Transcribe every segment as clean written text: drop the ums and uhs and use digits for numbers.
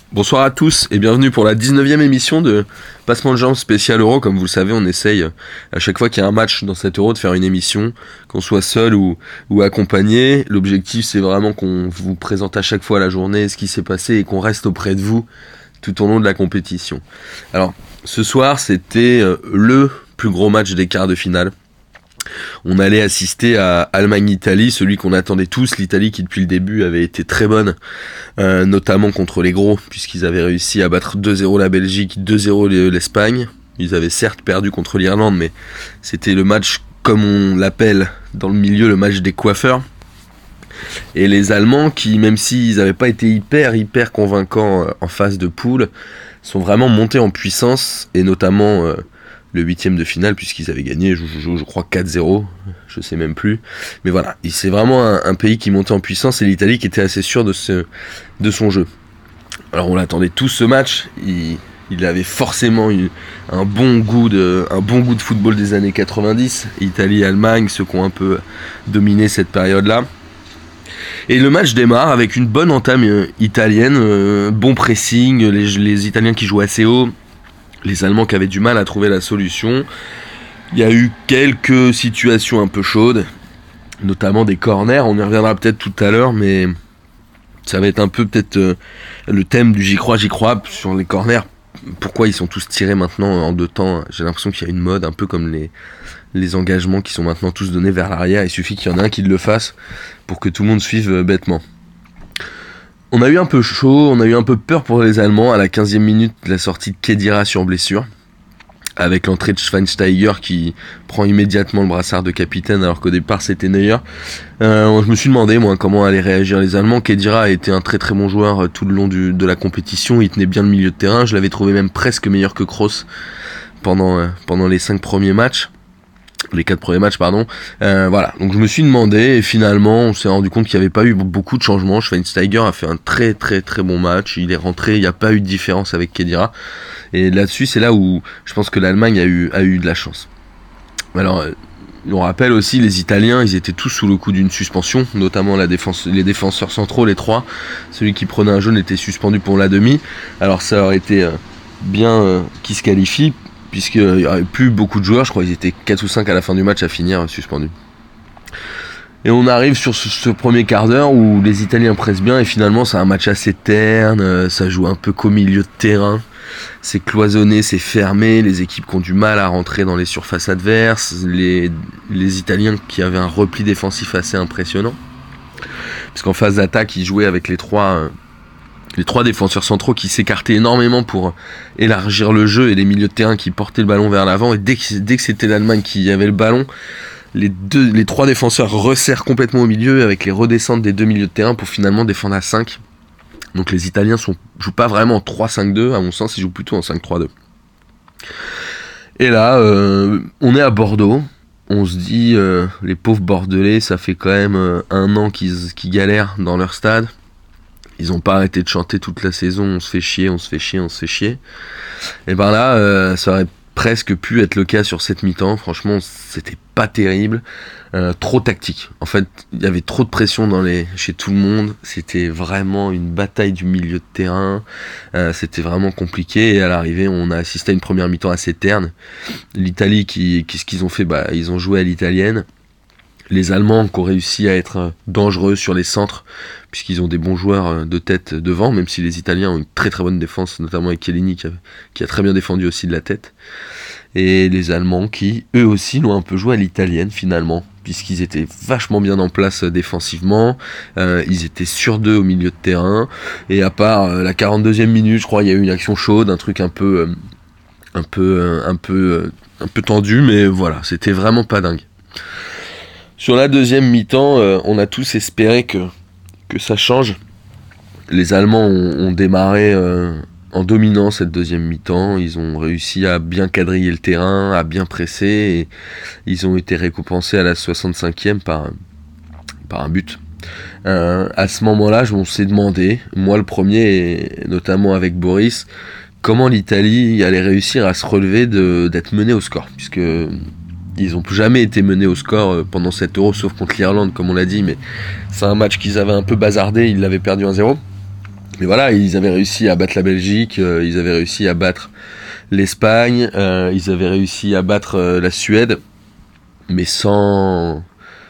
Bonsoir à tous et bienvenue pour la 19e émission de Passement de Jambes spécial Euro. Comme vous le savez, on essaye à chaque fois qu'il y a un match dans cet Euro de faire une émission, qu'on soit seul ou accompagné. L'objectif, c'est vraiment qu'on vous présente à chaque fois la journée, ce qui s'est passé et qu'on reste auprès de vous tout au long de la compétition. Alors, ce soir, c'était le plus gros match des quarts de finale. On allait assister à Allemagne-Italie, celui qu'on attendait tous, l'Italie qui depuis le début avait été très bonne, notamment contre les gros, puisqu'ils avaient réussi à battre 2-0 la Belgique, 2-0 l'Espagne. Ils avaient certes perdu contre l'Irlande, mais c'était le match, comme on l'appelle dans le milieu, le match des coiffeurs. Et les Allemands, qui même s'ils n'avaient pas été hyper convaincants en phase de poule, sont vraiment montés en puissance, et notamment le huitième de finale, puisqu'ils avaient gagné, je crois 4-0, je sais même plus. Mais voilà, c'est vraiment un pays qui montait en puissance, et l'Italie qui était assez sûre de son jeu. Alors on l'attendait tous ce match, il avait forcément eu un bon goût de football des années 90, Italie et Allemagne, ceux qui ont un peu dominé cette période-là. Et le match démarre avec une bonne entame italienne, bon pressing, les Italiens qui jouent assez haut, les Allemands qui avaient du mal à trouver la solution. Il y a eu quelques situations un peu chaudes, notamment des corners, on y reviendra peut-être tout à l'heure, mais ça va être un peu peut-être le thème du j'y crois sur les corners. Pourquoi ils sont tous tirés maintenant en deux temps? J'ai l'impression qu'il y a une mode, un peu comme les engagements qui sont maintenant tous donnés vers l'arrière. Il suffit qu'il y en ait un qui le fasse pour que tout le monde suive bêtement. On a eu un peu chaud, on a eu un peu peur pour les Allemands à la 15e minute, la sortie de Khedira sur blessure, avec l'entrée de Schweinsteiger qui prend immédiatement le brassard de capitaine alors qu'au départ c'était Neuer. Je me suis demandé moi comment allaient réagir les Allemands. Khedira a été un très bon joueur tout le long de la compétition, il tenait bien le milieu de terrain, je l'avais trouvé même presque meilleur que Kroos pendant les 4 premiers matchs. Voilà, donc je me suis demandé et finalement on s'est rendu compte qu'il n'y avait pas eu beaucoup de changements. Schweinsteiger a fait un très bon match, il est rentré, il n'y a pas eu de différence avec Khedira, et là-dessus c'est là où je pense que l'Allemagne a eu de la chance. Alors on rappelle aussi, les Italiens, ils étaient tous sous le coup d'une suspension, notamment les défenseurs centraux, les trois. Celui qui prenait un jaune était suspendu pour la demi. Alors ça aurait été bien qui se qualifie, puisqu'il n'y aurait plus beaucoup de joueurs, je crois qu'ils étaient 4 ou 5 à la fin du match à finir suspendus. Et on arrive sur ce premier quart d'heure où les Italiens pressent bien, et finalement c'est un match assez terne, ça joue un peu qu'au milieu de terrain, c'est cloisonné, c'est fermé, les équipes qui ont du mal à rentrer dans les surfaces adverses, les Italiens qui avaient un repli défensif assez impressionnant, parce qu'en phase d'attaque ils jouaient avec les trois défenseurs centraux qui s'écartaient énormément pour élargir le jeu, et les milieux de terrain qui portaient le ballon vers l'avant, et dès que c'était l'Allemagne qui avait le ballon, les trois défenseurs resserrent complètement au milieu avec les redescentes des deux milieux de terrain pour finalement défendre à 5. Donc les Italiens jouent pas vraiment en 3-5-2, à mon sens ils jouent plutôt en 5-3-2. Et là on est à Bordeaux, on se dit les pauvres Bordelais, ça fait quand même un an qu'ils galèrent dans leur stade. Ils ont pas arrêté de chanter toute la saison, on se fait chier. Et ben là, ça aurait presque pu être le cas sur cette mi-temps. Franchement, c'était pas terrible. Trop tactique. En fait, il y avait trop de pression chez tout le monde. C'était vraiment une bataille du milieu de terrain. C'était vraiment compliqué. Et à l'arrivée, on a assisté à une première mi-temps assez terne. L'Italie, qu'est-ce qu'ils ont fait? Ils ont joué à l'italienne. Les Allemands qui ont réussi à être dangereux sur les centres, puisqu'ils ont des bons joueurs de tête devant, même si les Italiens ont une très bonne défense, notamment avec Chiellini qui a très bien défendu aussi de la tête. Et les Allemands qui, eux aussi, l'ont un peu joué à l'italienne finalement, puisqu'ils étaient vachement bien en place défensivement, ils étaient sur d'eux au milieu de terrain, et à part la 42e minute, je crois, il y a eu une action chaude, un truc un peu tendu, mais voilà, c'était vraiment pas dingue. Sur la deuxième mi-temps, on a tous espéré que ça change. Les Allemands ont démarré en dominant cette deuxième mi-temps. Ils ont réussi à bien quadriller le terrain, à bien presser. Et ils ont été récompensés à la 65e par un but. À ce moment-là, on s'est demandé, moi le premier, et notamment avec Boris, comment l'Italie allait réussir à se relever d'être menée au score. Puisque ils n'ont jamais été menés au score pendant cet Euro, sauf contre l'Irlande, comme on l'a dit, mais c'est un match qu'ils avaient un peu bazardé, ils l'avaient perdu 1-0. Mais voilà, ils avaient réussi à battre la Belgique, ils avaient réussi à battre l'Espagne, ils avaient réussi à battre la Suède, mais sans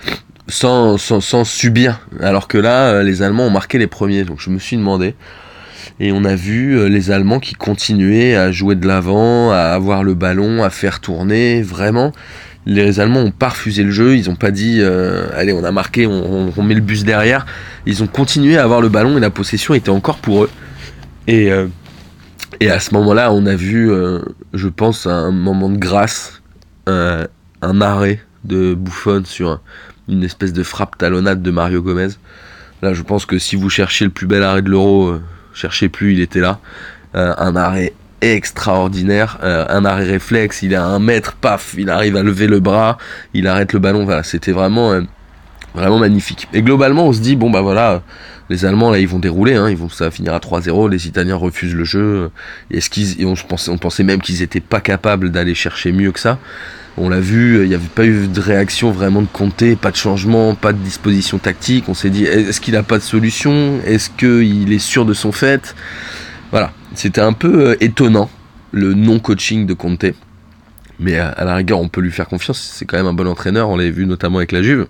subir. Alors que là, les Allemands ont marqué les premiers. Donc je me suis demandé. Et on a vu les Allemands qui continuaient à jouer de l'avant, à avoir le ballon, à faire tourner. Vraiment, les Allemands ont pas refusé le jeu. Ils ont pas dit allez, on a marqué, on met le bus derrière. Ils ont continué à avoir le ballon et la possession était encore pour eux. Et à ce moment-là, on a vu, je pense, un moment de grâce, un arrêt de Buffon sur une espèce de frappe talonnade de Mario Gomez. Là, je pense que si vous cherchiez le plus bel arrêt de l'Euro, cherchez plus, il était là. Un arrêt extraordinaire, un arrêt réflexe, il est à 1 mètre, paf, il arrive à lever le bras, il arrête le ballon, voilà, c'était vraiment magnifique. Et globalement, on se dit, bon bah voilà, les Allemands là, ils vont dérouler, hein, ça va finir à 3-0, les Italiens refusent le jeu, on pensait même qu'ils étaient pas capables d'aller chercher mieux que ça. On l'a vu, il n'y avait pas eu de réaction vraiment de Conte, pas de changement, pas de disposition tactique. On s'est dit, est-ce qu'il n'a pas de solution? Est-ce qu'il est sûr de son fait? Voilà, c'était un peu étonnant, le non-coaching de Conte. Mais à la rigueur, on peut lui faire confiance, c'est quand même un bon entraîneur, on l'avait vu notamment avec la Juve.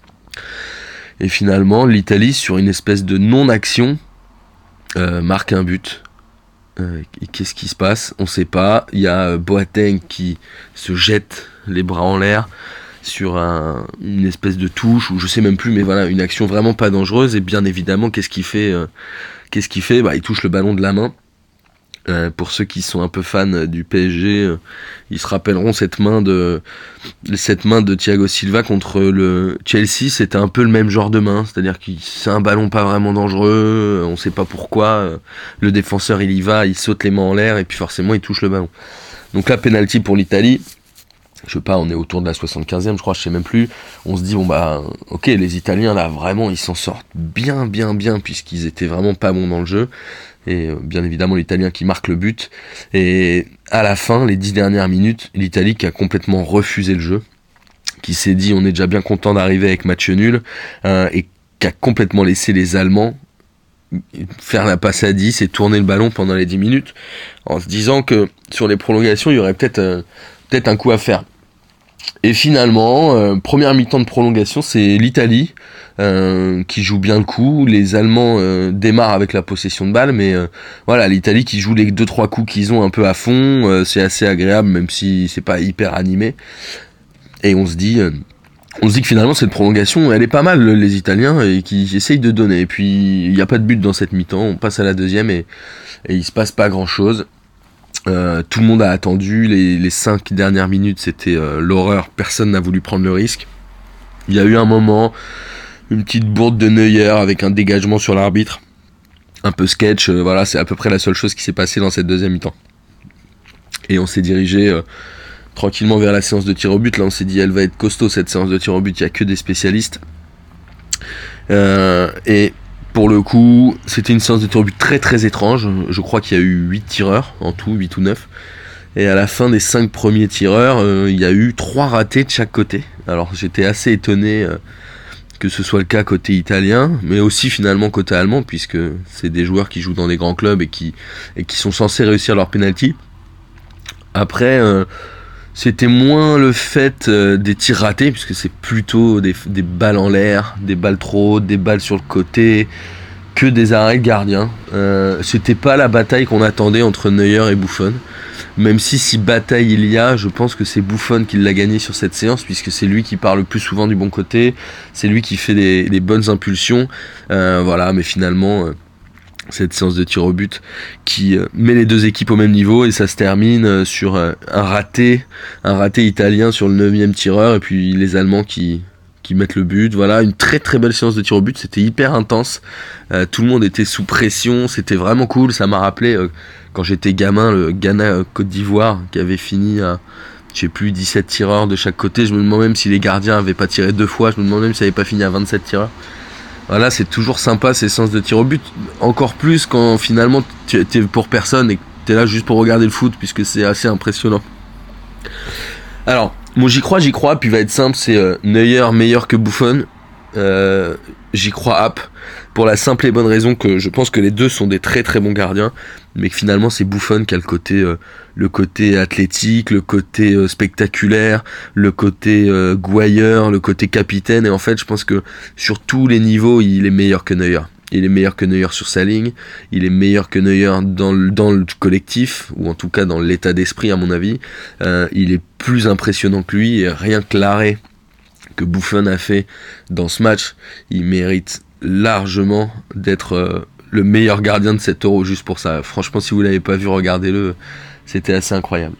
Et finalement, l'Italie, sur une espèce de non-action, marque un but. Et qu'est-ce qui se passe? On sait pas. Il y a Boateng qui se jette les bras en l'air sur une espèce de touche, ou je sais même plus, mais voilà, une action vraiment pas dangereuse. Et bien évidemment, qu'est-ce qu'il fait? Il touche le ballon de la main. Pour ceux qui sont un peu fans du PSG, ils se rappelleront cette main de Thiago Silva contre le Chelsea. C'était un peu le même genre de main, c'est-à-dire que c'est un ballon pas vraiment dangereux, on sait pas pourquoi, le défenseur il y va, il saute les mains en l'air et puis forcément il touche le ballon. Donc là, penalty pour l'Italie. Je sais pas, on est autour de la 75e, je crois, je sais même plus. On se dit, bon bah, ok, les Italiens là, vraiment, ils s'en sortent bien, puisqu'ils étaient vraiment pas bons dans le jeu. Et bien évidemment, l'Italien qui marque le but. Et à la fin, les 10 dernières minutes, l'Italie qui a complètement refusé le jeu, qui s'est dit, on est déjà bien content d'arriver avec match nul, et qui a complètement laissé les Allemands faire la passe à 10 et tourner le ballon pendant les 10 minutes, en se disant que sur les prolongations, il y aurait peut-être un coup à faire. Et finalement, première mi-temps de prolongation, c'est l'Italie qui joue bien le coup. Les Allemands démarrent avec la possession de balle, mais voilà, l'Italie qui joue les 2-3 coups qu'ils ont un peu à fond, c'est assez agréable, même si c'est pas hyper animé. Et on se dit que finalement cette prolongation, elle est pas mal, les Italiens, et qui essayent de donner. Et puis il n'y a pas de but dans cette mi-temps, on passe à la deuxième et il se passe pas grand-chose. Tout le monde a attendu, les 5 dernières minutes c'était l'horreur, personne n'a voulu prendre le risque. Il y a eu un moment, une petite bourde de Neuer avec un dégagement sur l'arbitre, un peu sketch, voilà, c'est à peu près la seule chose qui s'est passée dans cette deuxième mi-temps. Et on s'est dirigé tranquillement vers la séance de tir au but. Là on s'est dit, elle va être costaud cette séance de tir au but, il n'y a que des spécialistes. Et pour le coup, c'était une séance de tir au but très très étrange. Je crois qu'il y a eu 8 tireurs en tout, 8 ou 9. Et à la fin des 5 premiers tireurs, il y a eu 3 ratés de chaque côté. Alors j'étais assez étonné que ce soit le cas côté italien, mais aussi finalement côté allemand, puisque c'est des joueurs qui jouent dans des grands clubs et qui sont censés réussir leur penalty. Après, c'était moins le fait des tirs ratés, puisque c'est plutôt des balles en l'air, des balles trop hautes, des balles sur le côté, que des arrêts de gardien. C'était pas la bataille qu'on attendait entre Neuer et Buffon. Même si bataille il y a, je pense que c'est Buffon qui l'a gagné sur cette séance, puisque c'est lui qui part le plus souvent du bon côté, c'est lui qui fait les bonnes impulsions. Voilà, mais finalement... cette séance de tir au but qui met les deux équipes au même niveau, et ça se termine sur un raté italien sur le 9e tireur, et puis les Allemands qui mettent le but. Voilà, une très très belle séance de tir au but, c'était hyper intense, tout le monde était sous pression, c'était vraiment cool. Ça m'a rappelé quand j'étais gamin, le Ghana Côte d'Ivoire qui avait fini à, je sais plus, 17 tireurs de chaque côté. Je me demande même si les gardiens avaient pas tiré 2 fois, je me demande même si ça avait pas fini à 27 tireurs. Voilà, c'est toujours sympa ces séances de tir au but, encore plus quand finalement t'es pour personne et que t'es là juste pour regarder le foot, puisque c'est assez impressionnant. Alors, mon j'y crois, puis va être simple, c'est Neuer meilleur que Buffon. J'y crois app. pour la simple et bonne raison que je pense que les deux sont des très très bons gardiens, mais que finalement c'est Buffon qui a le côté athlétique, le côté spectaculaire, le côté gouailleur, le côté capitaine, et en fait je pense que sur tous les niveaux il est meilleur que Neuer. Il est meilleur que Neuer sur sa ligne, il est meilleur que Neuer dans le collectif, ou en tout cas dans l'état d'esprit à mon avis. Il est plus impressionnant que lui, et rien que l'arrêt que Buffon a fait dans ce match, il mérite largement d'être le meilleur gardien de cet Euro juste pour ça. Franchement, si vous l'avez pas vu, regardez-le, c'était assez incroyable.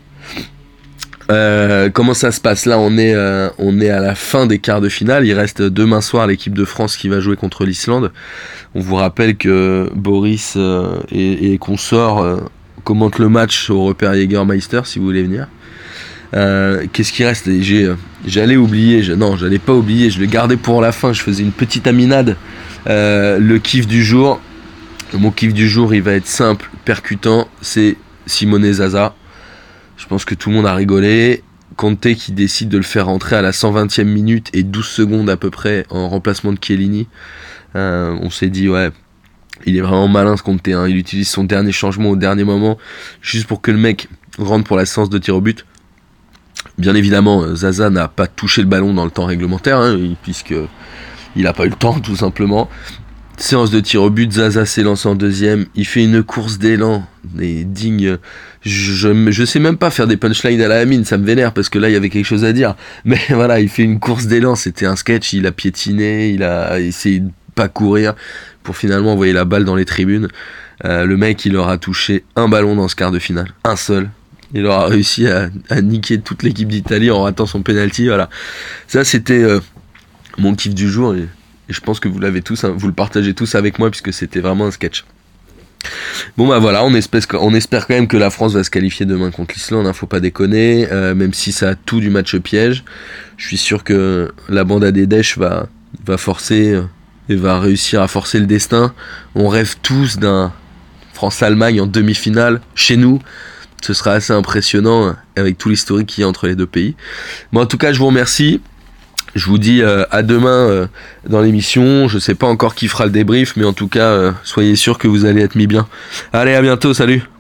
Comment ça se passe là? On est à la fin des quarts de finale. Il reste demain soir l'équipe de France qui va jouer contre l'Islande. On vous rappelle que Boris et consorts commentent le match au repère Jägermeister si vous voulez venir. Qu'est-ce qui reste? J'allais oublier, non, j'allais pas oublier, je le gardais pour la fin. Je faisais une petite aminade. Le kiff du jour. Mon kiff du jour, il va être simple, percutant. C'est Simone Zaza. Je pense que tout le monde a rigolé. Conte qui décide de le faire rentrer à la 120e minute et 12 secondes à peu près en remplacement de Chiellini. On s'est dit, ouais, il est vraiment malin ce Conte. Il utilise son dernier changement au dernier moment, juste pour que le mec rentre pour la séance de tir au but. Bien évidemment, Zaza n'a pas touché le ballon dans le temps réglementaire, puisque il n'a pas eu le temps, tout simplement. Séance de tir au but, Zaza s'élance en deuxième, il fait une course d'élan, et digne, je sais même pas faire des punchlines à la Amine, ça me vénère parce que là il y avait quelque chose à dire, mais voilà, il fait une course d'élan, c'était un sketch, il a piétiné, il a essayé de pas courir pour finalement envoyer la balle dans les tribunes. Le mec il aura touché un ballon dans ce quart de finale, un seul. Il aura réussi à niquer toute l'équipe d'Italie en ratant son penalty, voilà. Ça c'était mon kiff du jour, et je pense que vous l'avez tous, vous le partagez tous avec moi puisque c'était vraiment un sketch. Bon bah voilà, on espère quand même que la France va se qualifier demain contre l'Islande, faut pas déconner, même si ça a tout du match piège. Je suis sûr que la bande à Dédèche va forcer et va réussir à forcer le destin. On rêve tous d'un France-Allemagne en demi-finale chez nous. Ce sera assez impressionnant avec tout l'historique qu'il y a entre les deux pays. Bon, en tout cas, je vous remercie. Je vous dis à demain dans l'émission. Je sais pas encore qui fera le débrief, mais en tout cas, soyez sûr que vous allez être mis bien. Allez, à bientôt, salut!